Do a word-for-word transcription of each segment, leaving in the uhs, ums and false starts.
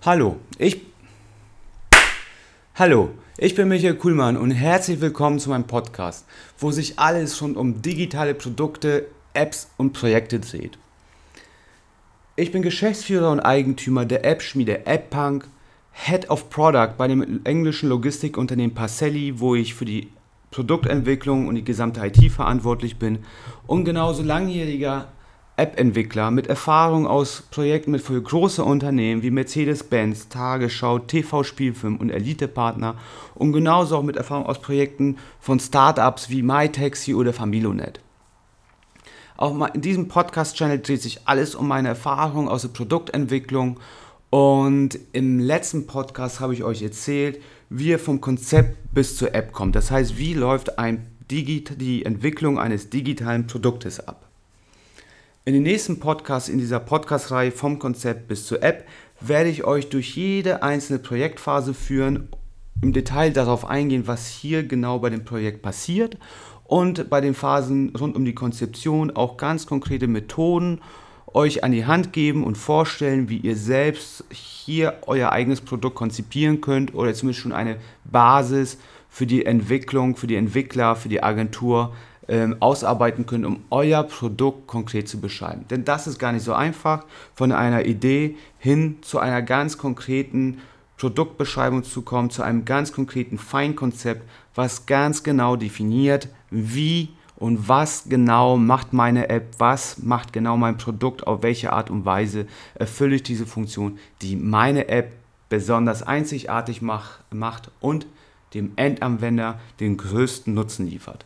Hallo, ich Hallo, ich bin Michael Kuhlmann und herzlich willkommen zu meinem Podcast, wo sich alles rund um digitale Produkte, Apps und Projekte dreht. Ich bin Geschäftsführer und Eigentümer der App-Schmiede AppPunk, Head of Product bei dem englischen Logistikunternehmen Parcelli, wo ich für die Produktentwicklung und die gesamte I T verantwortlich bin, und genauso langjähriger App-Entwickler mit Erfahrung aus Projekten mit für große Unternehmen wie Mercedes-Benz, Tagesschau, T V-Spielfilm und Elite-Partner und genauso auch mit Erfahrung aus Projekten von Startups wie MyTaxi oder Familonet. Auch in diesem Podcast-Channel dreht sich alles um meine Erfahrung aus der Produktentwicklung, und im letzten Podcast habe ich euch erzählt, wie ihr vom Konzept bis zur App kommt. Das heißt, wie läuft ein Digit- die Entwicklung eines digitalen Produktes ab. In den nächsten Podcasts in dieser Podcast-Reihe vom Konzept bis zur App werde ich euch durch jede einzelne Projektphase führen, im Detail darauf eingehen, was hier genau bei dem Projekt passiert und bei den Phasen rund um die Konzeption auch ganz konkrete Methoden euch an die Hand geben und vorstellen, wie ihr selbst hier euer eigenes Produkt konzipieren könnt oder zumindest schon eine Basis für die Entwicklung, für die Entwickler, für die Agentur ähm, ausarbeiten könnt, um euer Produkt konkret zu beschreiben. Denn das ist gar nicht so einfach, von einer Idee hin zu einer ganz konkreten Produktbeschreibung zu kommen, zu einem ganz konkreten Feinkonzept, was ganz genau definiert, wie und was genau macht meine App, was macht genau mein Produkt, auf welche Art und Weise erfülle ich diese Funktion, die meine App besonders einzigartig mach, macht und dem Endanwender den größten Nutzen liefert.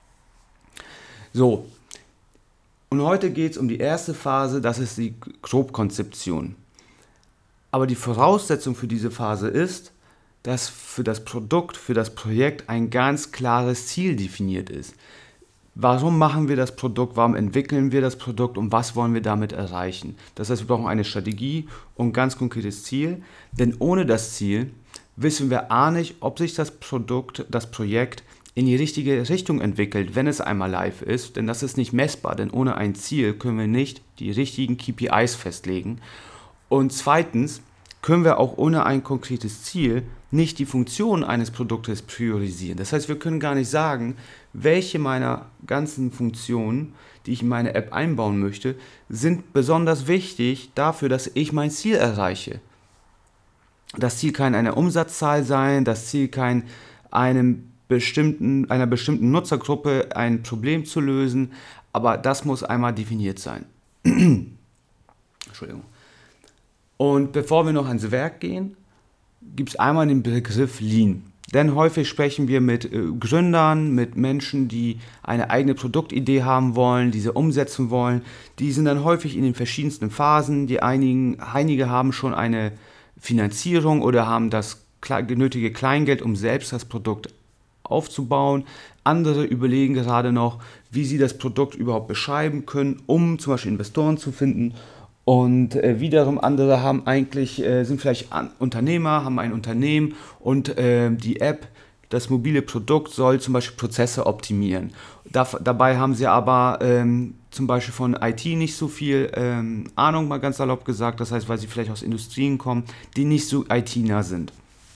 So, und heute geht es um die erste Phase, das ist die Grobkonzeption. Aber die Voraussetzung für diese Phase ist, dass für das Produkt, für das Projekt ein ganz klares Ziel definiert ist. Warum machen wir das Produkt, warum entwickeln wir das Produkt und was wollen wir damit erreichen? Das heißt, wir brauchen eine Strategie und ein ganz konkretes Ziel, denn ohne das Ziel wissen wir A nicht, ob sich das Produkt, das Projekt in die richtige Richtung entwickelt, wenn es einmal live ist, denn das ist nicht messbar, denn ohne ein Ziel können wir nicht die richtigen K P Is festlegen. Und zweitens können wir auch ohne ein konkretes Ziel nicht die Funktion eines Produktes priorisieren. Das heißt, wir können gar nicht sagen, welche meiner ganzen Funktionen, die ich in meine App einbauen möchte, sind besonders wichtig dafür, dass ich mein Ziel erreiche. Das Ziel kann eine Umsatzzahl sein, das Ziel kann einem bestimmten, einer bestimmten Nutzergruppe ein Problem zu lösen, aber das muss einmal definiert sein. Entschuldigung. Und bevor wir noch ans Werk gehen, gibt es einmal den Begriff Lean. Denn häufig sprechen wir mit äh, Gründern, mit Menschen, die eine eigene Produktidee haben wollen, diese umsetzen wollen. Die sind dann häufig in den verschiedensten Phasen. Die einigen, einige haben schon eine Finanzierung oder haben das nötige Kleingeld, um selbst das Produkt aufzubauen. Andere überlegen gerade noch, wie sie das Produkt überhaupt beschreiben können, um zum Beispiel Investoren zu finden. Und äh, wiederum andere haben eigentlich, äh, sind vielleicht An- Unternehmer, haben ein Unternehmen und äh, die App, das mobile Produkt soll zum Beispiel Prozesse optimieren. Da, dabei haben sie aber ähm, zum Beispiel von I T nicht so viel ähm, Ahnung, mal ganz salopp gesagt. Das heißt, weil sie vielleicht aus Industrien kommen, die nicht so I T-nah sind.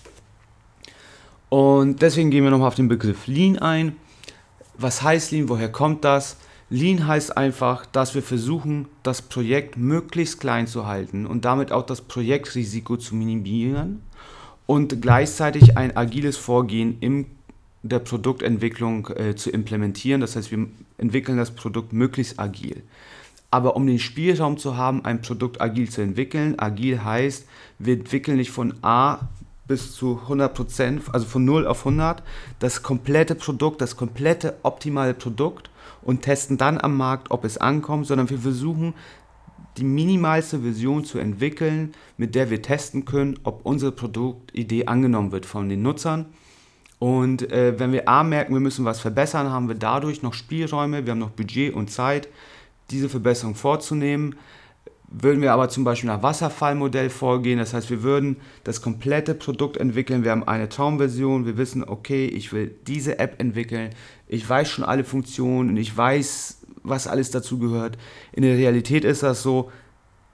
Und deswegen gehen wir nochmal auf den Begriff Lean ein. Was heißt Lean? Woher kommt das? Lean heißt einfach, dass wir versuchen, das Projekt möglichst klein zu halten und damit auch das Projektrisiko zu minimieren und gleichzeitig ein agiles Vorgehen in der Produktentwicklung äh, zu implementieren. Das heißt, wir entwickeln das Produkt möglichst agil. Aber um den Spielraum zu haben, ein Produkt agil zu entwickeln, agil heißt, wir entwickeln nicht von A bis zu hundert Prozent, also von null auf hundert, das komplette Produkt, das komplette optimale Produkt und testen dann am Markt, ob es ankommt, sondern wir versuchen, die minimalste Version zu entwickeln, mit der wir testen können, ob unsere Produktidee angenommen wird von den Nutzern. Und äh, wenn wir A merken, wir müssen was verbessern, haben wir dadurch noch Spielräume, wir haben noch Budget und Zeit, diese Verbesserung vorzunehmen. Würden wir aber zum Beispiel nach Wasserfallmodell vorgehen, das heißt, wir würden das komplette Produkt entwickeln, wir haben eine Traumversion, wir wissen, okay, ich will diese App entwickeln, ich weiß schon alle Funktionen und ich weiß, was alles dazu gehört. In der Realität ist das so,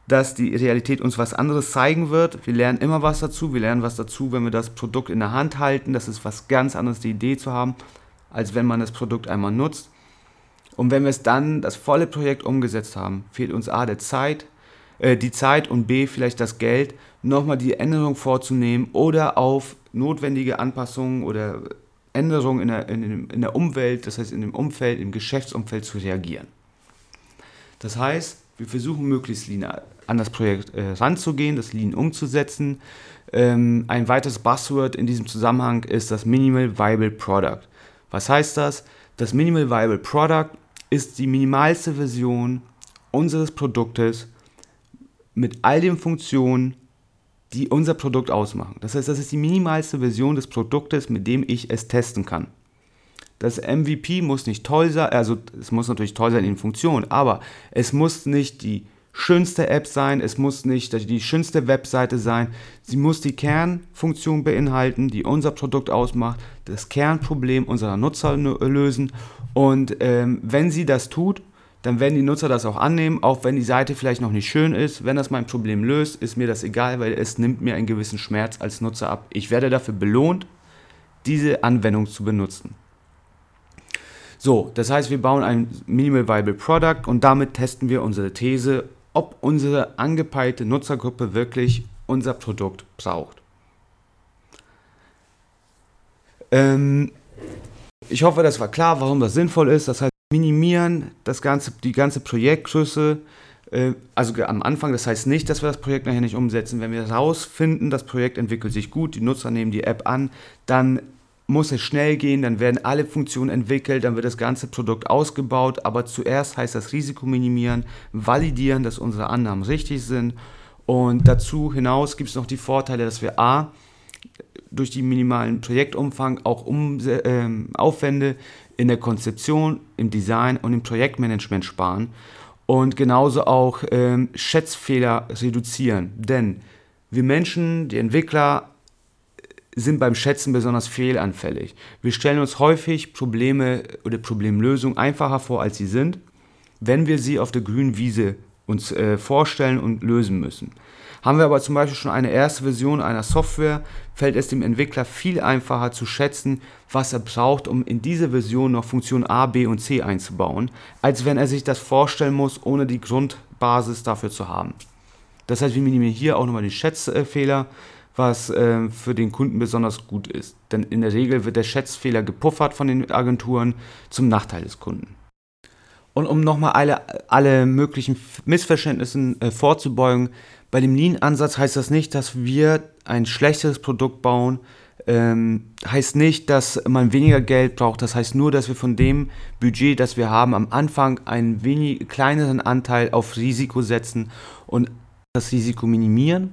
dass die Realität uns was anderes zeigen wird. Wir lernen immer was dazu. Wir lernen was dazu, wenn wir das Produkt in der Hand halten. Das ist was ganz anderes, die Idee zu haben, als wenn man das Produkt einmal nutzt. Und wenn wir es dann, das volle Projekt umgesetzt haben, fehlt uns A, der Zeit, äh, die Zeit und B, vielleicht das Geld, nochmal die Änderung vorzunehmen oder auf notwendige Anpassungen oder Änderungen in der, in, in der Umwelt, das heißt in dem Umfeld, im Geschäftsumfeld zu reagieren. Das heißt, wir versuchen möglichst Lean an das Projekt äh, ranzugehen, das Lean umzusetzen. Ähm, ein weiteres Buzzword in diesem Zusammenhang ist das Minimal Viable Product. Was heißt das? Das Minimal Viable Product ist die minimalste Version unseres Produktes mit all den Funktionen, die unser Produkt ausmachen. Das heißt, das ist die minimalste Version des Produktes, mit dem ich es testen kann. Das M V P muss nicht toll sein, also es muss natürlich toll sein in Funktionen, aber es muss nicht die schönste App sein, es muss nicht die schönste Webseite sein, sie muss die Kernfunktion beinhalten, die unser Produkt ausmacht, das Kernproblem unserer Nutzer lösen und ähm, wenn sie das tut, dann werden die Nutzer das auch annehmen, auch wenn die Seite vielleicht noch nicht schön ist. Wenn das mein Problem löst, ist mir das egal, weil es nimmt mir einen gewissen Schmerz als Nutzer ab. Ich werde dafür belohnt, diese Anwendung zu benutzen. So, das heißt, wir bauen ein Minimal Viable Product und damit testen wir unsere These, ob unsere angepeilte Nutzergruppe wirklich unser Produkt braucht. Ähm, ich hoffe, das war klar, warum das sinnvoll ist. Das heißt, minimieren das ganze, die ganze Projektgröße, äh, also am Anfang, das heißt nicht, dass wir das Projekt nachher nicht umsetzen. Wenn wir herausfinden, das Projekt entwickelt sich gut, die Nutzer nehmen die App an, dann muss es schnell gehen, dann werden alle Funktionen entwickelt, dann wird das ganze Produkt ausgebaut, aber zuerst heißt das Risiko minimieren, validieren, dass unsere Annahmen richtig sind und dazu hinaus gibt es noch die Vorteile, dass wir a, durch den minimalen Projektumfang auch um, äh, Aufwände in der Konzeption, im Design und im Projektmanagement sparen und genauso auch ähm, Schätzfehler reduzieren, denn wir Menschen, die Entwickler, sind beim Schätzen besonders fehlanfällig. Wir stellen uns häufig Probleme oder Problemlösungen einfacher vor, als sie sind, wenn wir sie auf der grünen Wiese uns äh, vorstellen und lösen müssen. Haben wir aber zum Beispiel schon eine erste Version einer Software, fällt es dem Entwickler viel einfacher zu schätzen, was er braucht, um in diese Version noch Funktion A, B und C einzubauen, als wenn er sich das vorstellen muss, ohne die Grundbasis dafür zu haben. Das heißt, wir minimieren hier auch nochmal die Schätzfehler, was äh, für den Kunden besonders gut ist. Denn in der Regel wird der Schätzfehler gepuffert von den Agenturen zum Nachteil des Kunden. Und um nochmal alle, alle möglichen Missverständnissen äh, vorzubeugen, bei dem Lean-Ansatz heißt das nicht, dass wir ein schlechteres Produkt bauen, ähm, heißt nicht, dass man weniger Geld braucht, das heißt nur, dass wir von dem Budget, das wir haben, am Anfang einen wenig kleineren Anteil auf Risiko setzen und das Risiko minimieren.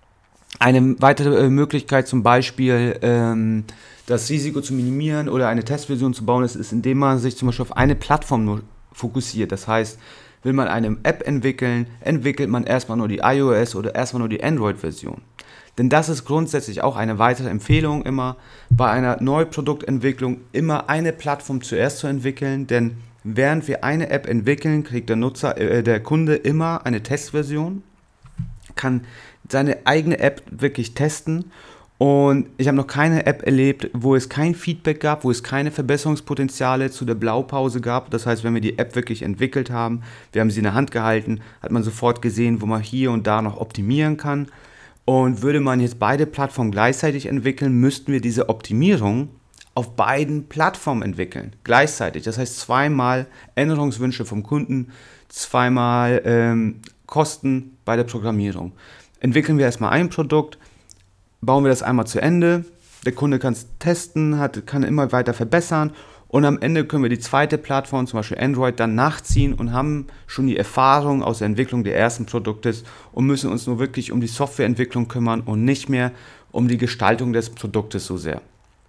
Eine weitere Möglichkeit zum Beispiel, ähm, das Risiko zu minimieren oder eine Testversion zu bauen, ist, ist, indem man sich zum Beispiel auf eine Plattform nur fokussiert. Das heißt, will man eine App entwickeln, entwickelt man erstmal nur die iOS oder erstmal nur die Android-Version. Denn das ist grundsätzlich auch eine weitere Empfehlung immer, bei einer Neuproduktentwicklung immer eine Plattform zuerst zu entwickeln, denn während wir eine App entwickeln, kriegt der Nutzer, äh, der Kunde immer eine Testversion, kann seine eigene App wirklich testen und ich habe noch keine App erlebt, wo es kein Feedback gab, wo es keine Verbesserungspotenziale zu der Blaupause gab. Das heißt, wenn wir die App wirklich entwickelt haben, wir haben sie in der Hand gehalten, hat man sofort gesehen, wo man hier und da noch optimieren kann. Und würde man jetzt beide Plattformen gleichzeitig entwickeln, müssten wir diese Optimierung auf beiden Plattformen entwickeln, gleichzeitig. Das heißt, zweimal Änderungswünsche vom Kunden, zweimal ähm, Kosten bei der Programmierung. Entwickeln wir erstmal ein Produkt, bauen wir das einmal zu Ende, der Kunde kann es testen, hat, kann immer weiter verbessern und am Ende können wir die zweite Plattform, zum Beispiel Android, dann nachziehen und haben schon die Erfahrung aus der Entwicklung des ersten Produktes und müssen uns nur wirklich um die Softwareentwicklung kümmern und nicht mehr um die Gestaltung des Produktes so sehr.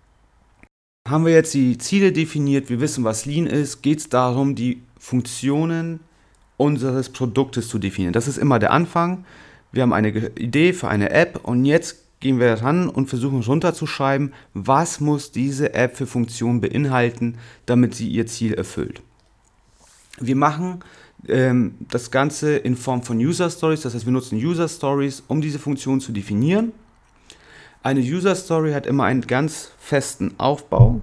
Haben wir jetzt die Ziele definiert, wir wissen, was Lean ist, geht es darum, die Funktionen unseres Produktes zu definieren. Das ist immer der Anfang. Wir haben eine Idee für eine App und jetzt gehen wir ran und versuchen runterzuschreiben, was muss diese App für Funktionen beinhalten, damit sie ihr Ziel erfüllt. Wir machen Ähm, das Ganze in Form von User Stories, das heißt, wir nutzen User Stories, um diese Funktion zu definieren. Eine User Story hat immer einen ganz festen Aufbau.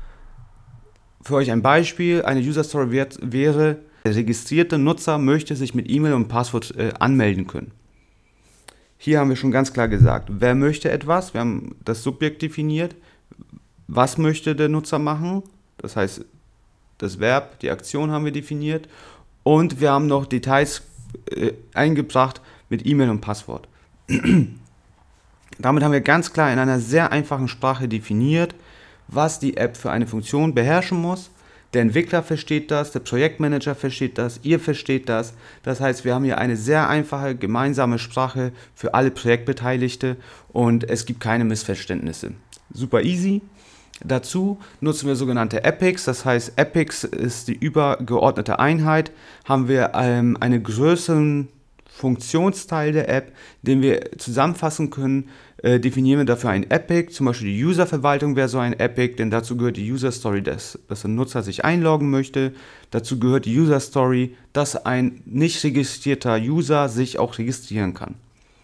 Für euch ein Beispiel, eine User Story wird, wäre, der registrierte Nutzer möchte sich mit E-Mail und Passwort äh, anmelden können. Hier haben wir schon ganz klar gesagt, wer möchte etwas, wir haben das Subjekt definiert, was möchte der Nutzer machen, das heißt, das Verb, die Aktion haben wir definiert und wir haben noch Details äh, eingebracht mit E-Mail und Passwort. Damit haben wir ganz klar in einer sehr einfachen Sprache definiert, was die App für eine Funktion beherrschen muss. Der Entwickler versteht das, der Projektmanager versteht das, ihr versteht das. Das heißt, wir haben hier eine sehr einfache gemeinsame Sprache für alle Projektbeteiligte und es gibt keine Missverständnisse. Super easy. Dazu nutzen wir sogenannte Epics, das heißt, Epics ist die übergeordnete Einheit, haben wir ähm, einen größeren Funktionsteil der App, den wir zusammenfassen können, äh, definieren wir dafür ein Epic, zum Beispiel die Userverwaltung wäre so ein Epic, denn dazu gehört die User Story, dass, dass ein Nutzer sich einloggen möchte, dazu gehört die User Story, dass ein nicht registrierter User sich auch registrieren kann.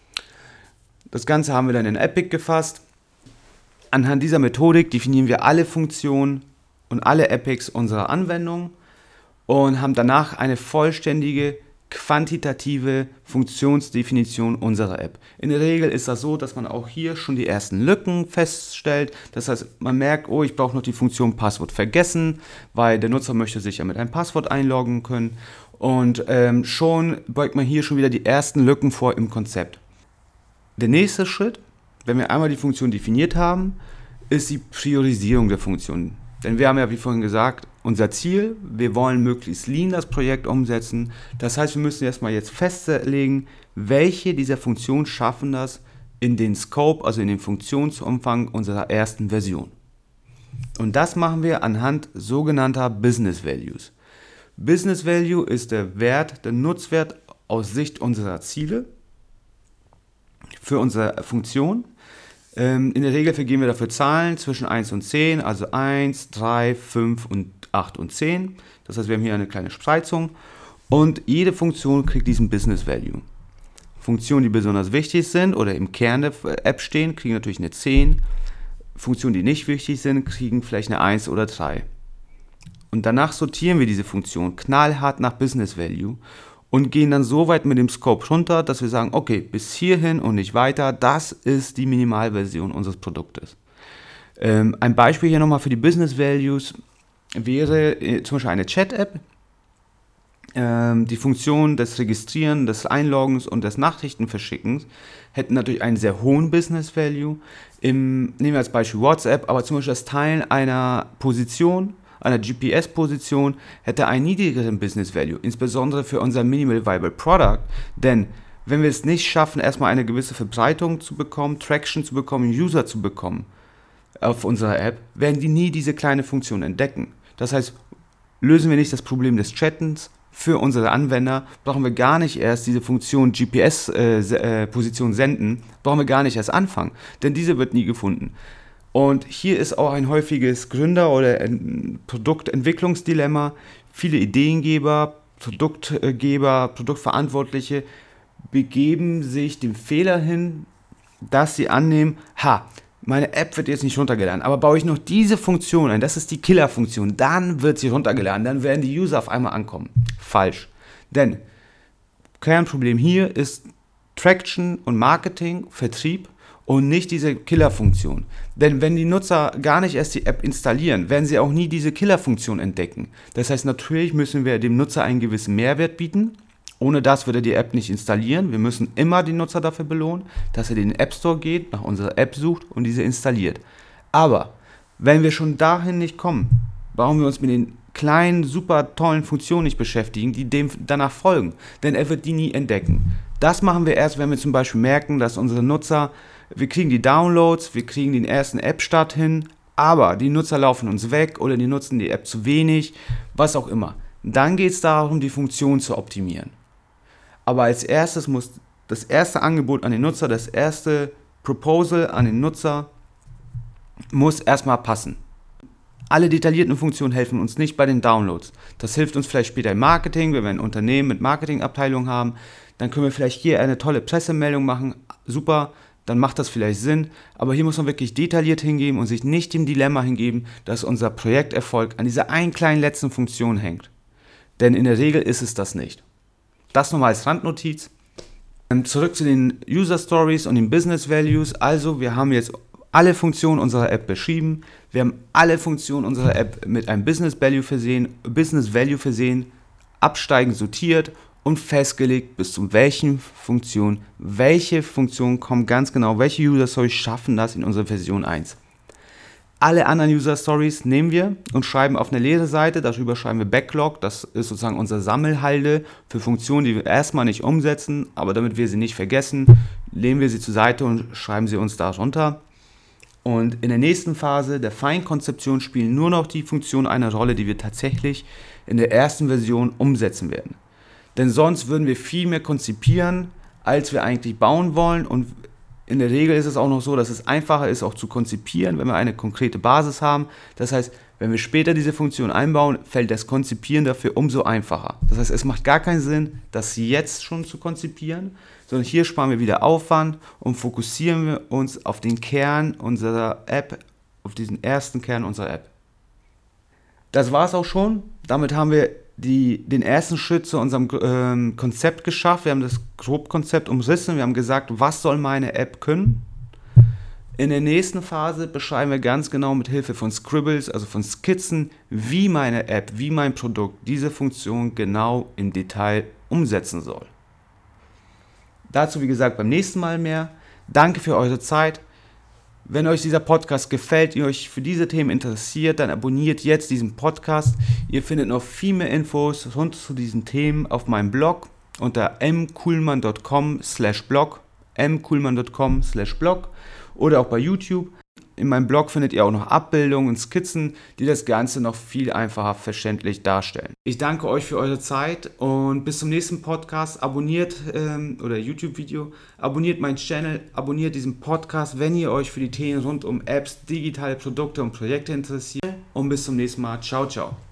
Das Ganze haben wir dann in Epic gefasst. Anhand dieser Methodik definieren wir alle Funktionen und alle Epics unserer Anwendung und haben danach eine vollständige quantitative Funktionsdefinition unserer App. In der Regel ist das so, dass man auch hier schon die ersten Lücken feststellt. Das heißt, man merkt, oh, ich brauche noch die Funktion Passwort vergessen, weil der Nutzer möchte sich ja mit einem Passwort einloggen können. Und ähm, schon beugt man hier schon wieder die ersten Lücken vor im Konzept. Der nächste Schritt, wenn wir einmal die Funktion definiert haben, ist die Priorisierung der Funktion. Denn wir haben ja, wie vorhin gesagt, unser Ziel, wir wollen möglichst lean das Projekt umsetzen. Das heißt, wir müssen erstmal jetzt festlegen, welche dieser Funktionen schaffen das in den Scope, also in den Funktionsumfang unserer ersten Version. Und das machen wir anhand sogenannter Business Values. Business Value ist der Wert, der Nutzwert aus Sicht unserer Ziele für unsere Funktion. In der Regel vergeben wir dafür Zahlen zwischen eins und zehn, also eins, drei, fünf und acht und zehn. Das heißt, wir haben hier eine kleine Spreizung und jede Funktion kriegt diesen Business Value. Funktionen, die besonders wichtig sind oder im Kern der App stehen, kriegen natürlich eine zehn. Funktionen, die nicht wichtig sind, kriegen vielleicht eine eins oder drei. Und danach sortieren wir diese Funktion knallhart nach Business Value und gehen dann so weit mit dem Scope runter, dass wir sagen, okay, bis hierhin und nicht weiter, das ist die Minimalversion unseres Produktes. Ähm, ein Beispiel hier nochmal für die Business Values wäre äh, zum Beispiel eine Chat-App. Ähm, die Funktion des Registrieren, des Einloggens und des Nachrichtenverschickens hätten natürlich einen sehr hohen Business Value. Im, nehmen wir als Beispiel WhatsApp, aber zum Beispiel das Teilen einer Position, einer G P S-Position hätte einen niedrigeren Business Value, insbesondere für unser Minimal Viable Product, denn wenn wir es nicht schaffen, erstmal eine gewisse Verbreitung zu bekommen, Traction zu bekommen, User zu bekommen auf unserer App, werden die nie diese kleine Funktion entdecken. Das heißt, lösen wir nicht das Problem des Chattens für unsere Anwender, brauchen wir gar nicht erst diese Funktion G P S-Position äh, senden, brauchen wir gar nicht erst anfangen, denn diese wird nie gefunden. Und hier ist auch ein häufiges Gründer- oder Produktentwicklungsdilemma. Viele Ideengeber, Produktgeber, Produktverantwortliche begeben sich dem Fehler hin, dass sie annehmen, ha, meine App wird jetzt nicht runtergeladen, aber baue ich noch diese Funktion ein, das ist die Killerfunktion, dann wird sie runtergeladen, dann werden die User auf einmal ankommen. Falsch. Denn Kernproblem hier ist Traction und Marketing, Vertrieb, und nicht diese Killerfunktion. Denn wenn die Nutzer gar nicht erst die App installieren, werden sie auch nie diese Killerfunktion entdecken. Das heißt, natürlich müssen wir dem Nutzer einen gewissen Mehrwert bieten. Ohne das würde er die App nicht installieren. Wir müssen immer den Nutzer dafür belohnen, dass er in den App Store geht, nach unserer App sucht und diese installiert. Aber wenn wir schon dahin nicht kommen, brauchen wir uns mit den kleinen, super tollen Funktionen nicht beschäftigen, die dem danach folgen. Denn er wird die nie entdecken. Das machen wir erst, wenn wir zum Beispiel merken, dass unsere Nutzer, wir kriegen die Downloads, wir kriegen den ersten App-Start hin, aber die Nutzer laufen uns weg oder die nutzen die App zu wenig, was auch immer. Dann geht es darum, die Funktion zu optimieren. Aber als erstes muss das erste Angebot an den Nutzer, das erste Proposal an den Nutzer muss erstmal passen. Alle detaillierten Funktionen helfen uns nicht bei den Downloads. Das hilft uns vielleicht später im Marketing, wenn wir ein Unternehmen mit Marketingabteilung haben. Dann können wir vielleicht hier eine tolle Pressemeldung machen. Super, dann macht das vielleicht Sinn. Aber hier muss man wirklich detailliert hingeben und sich nicht dem Dilemma hingeben, dass unser Projekterfolg an dieser einen kleinen letzten Funktion hängt. Denn in der Regel ist es das nicht. Das nochmal als Randnotiz. Zurück zu den User Stories und den Business Values. Also wir haben jetzt alle Funktionen unserer App beschrieben. Wir haben alle Funktionen unserer App mit einem Business Value versehen, Business Value versehen, absteigend sortiert und festgelegt, bis zu welchen Funktionen, welche Funktionen kommen ganz genau, welche User Stories schaffen das in unserer Version eins. Alle anderen User Stories nehmen wir und schreiben auf eine leere Seite, darüber schreiben wir Backlog, das ist sozusagen unser Sammelhalde für Funktionen, die wir erstmal nicht umsetzen, aber damit wir sie nicht vergessen, legen wir sie zur Seite und schreiben sie uns darunter. Und in der nächsten Phase der Feinkonzeption spielen nur noch die Funktionen eine Rolle, die wir tatsächlich in der ersten Version umsetzen werden. Denn sonst würden wir viel mehr konzipieren, als wir eigentlich bauen wollen, und in der Regel ist es auch noch so, dass es einfacher ist, auch zu konzipieren, wenn wir eine konkrete Basis haben. Das heißt, wenn wir später diese Funktion einbauen, fällt das Konzipieren dafür umso einfacher. Das heißt, es macht gar keinen Sinn, das jetzt schon zu konzipieren, sondern hier sparen wir wieder Aufwand und fokussieren wir uns auf den Kern unserer App, auf diesen ersten Kern unserer App. Das war es auch schon. Damit haben wir die, den ersten Schritt zu unserem ähm, Konzept geschafft. Wir haben das Grobkonzept umrissen. Wir haben gesagt, was soll meine App können? In der nächsten Phase beschreiben wir ganz genau mit Hilfe von Scribbles, also von Skizzen, wie meine App, wie mein Produkt diese Funktion genau im Detail umsetzen soll. Dazu, wie gesagt, beim nächsten Mal mehr. Danke für eure Zeit. Wenn euch dieser Podcast gefällt, ihr euch für diese Themen interessiert, dann abonniert jetzt diesen Podcast. Ihr findet noch viel mehr Infos rund zu diesen Themen auf meinem Blog unter m kuhlmann punkt com slash blog, m kuhlmann punkt com slash blog oder auch bei YouTube. In meinem Blog findet ihr auch noch Abbildungen und Skizzen, die das Ganze noch viel einfacher verständlich darstellen. Ich danke euch für eure Zeit und bis zum nächsten Podcast. Abonniert ähm, oder YouTube-Video, abonniert meinen Channel, abonniert diesen Podcast, wenn ihr euch für die Themen rund um Apps, digitale Produkte und Projekte interessiert. Und bis zum nächsten Mal. Ciao, ciao.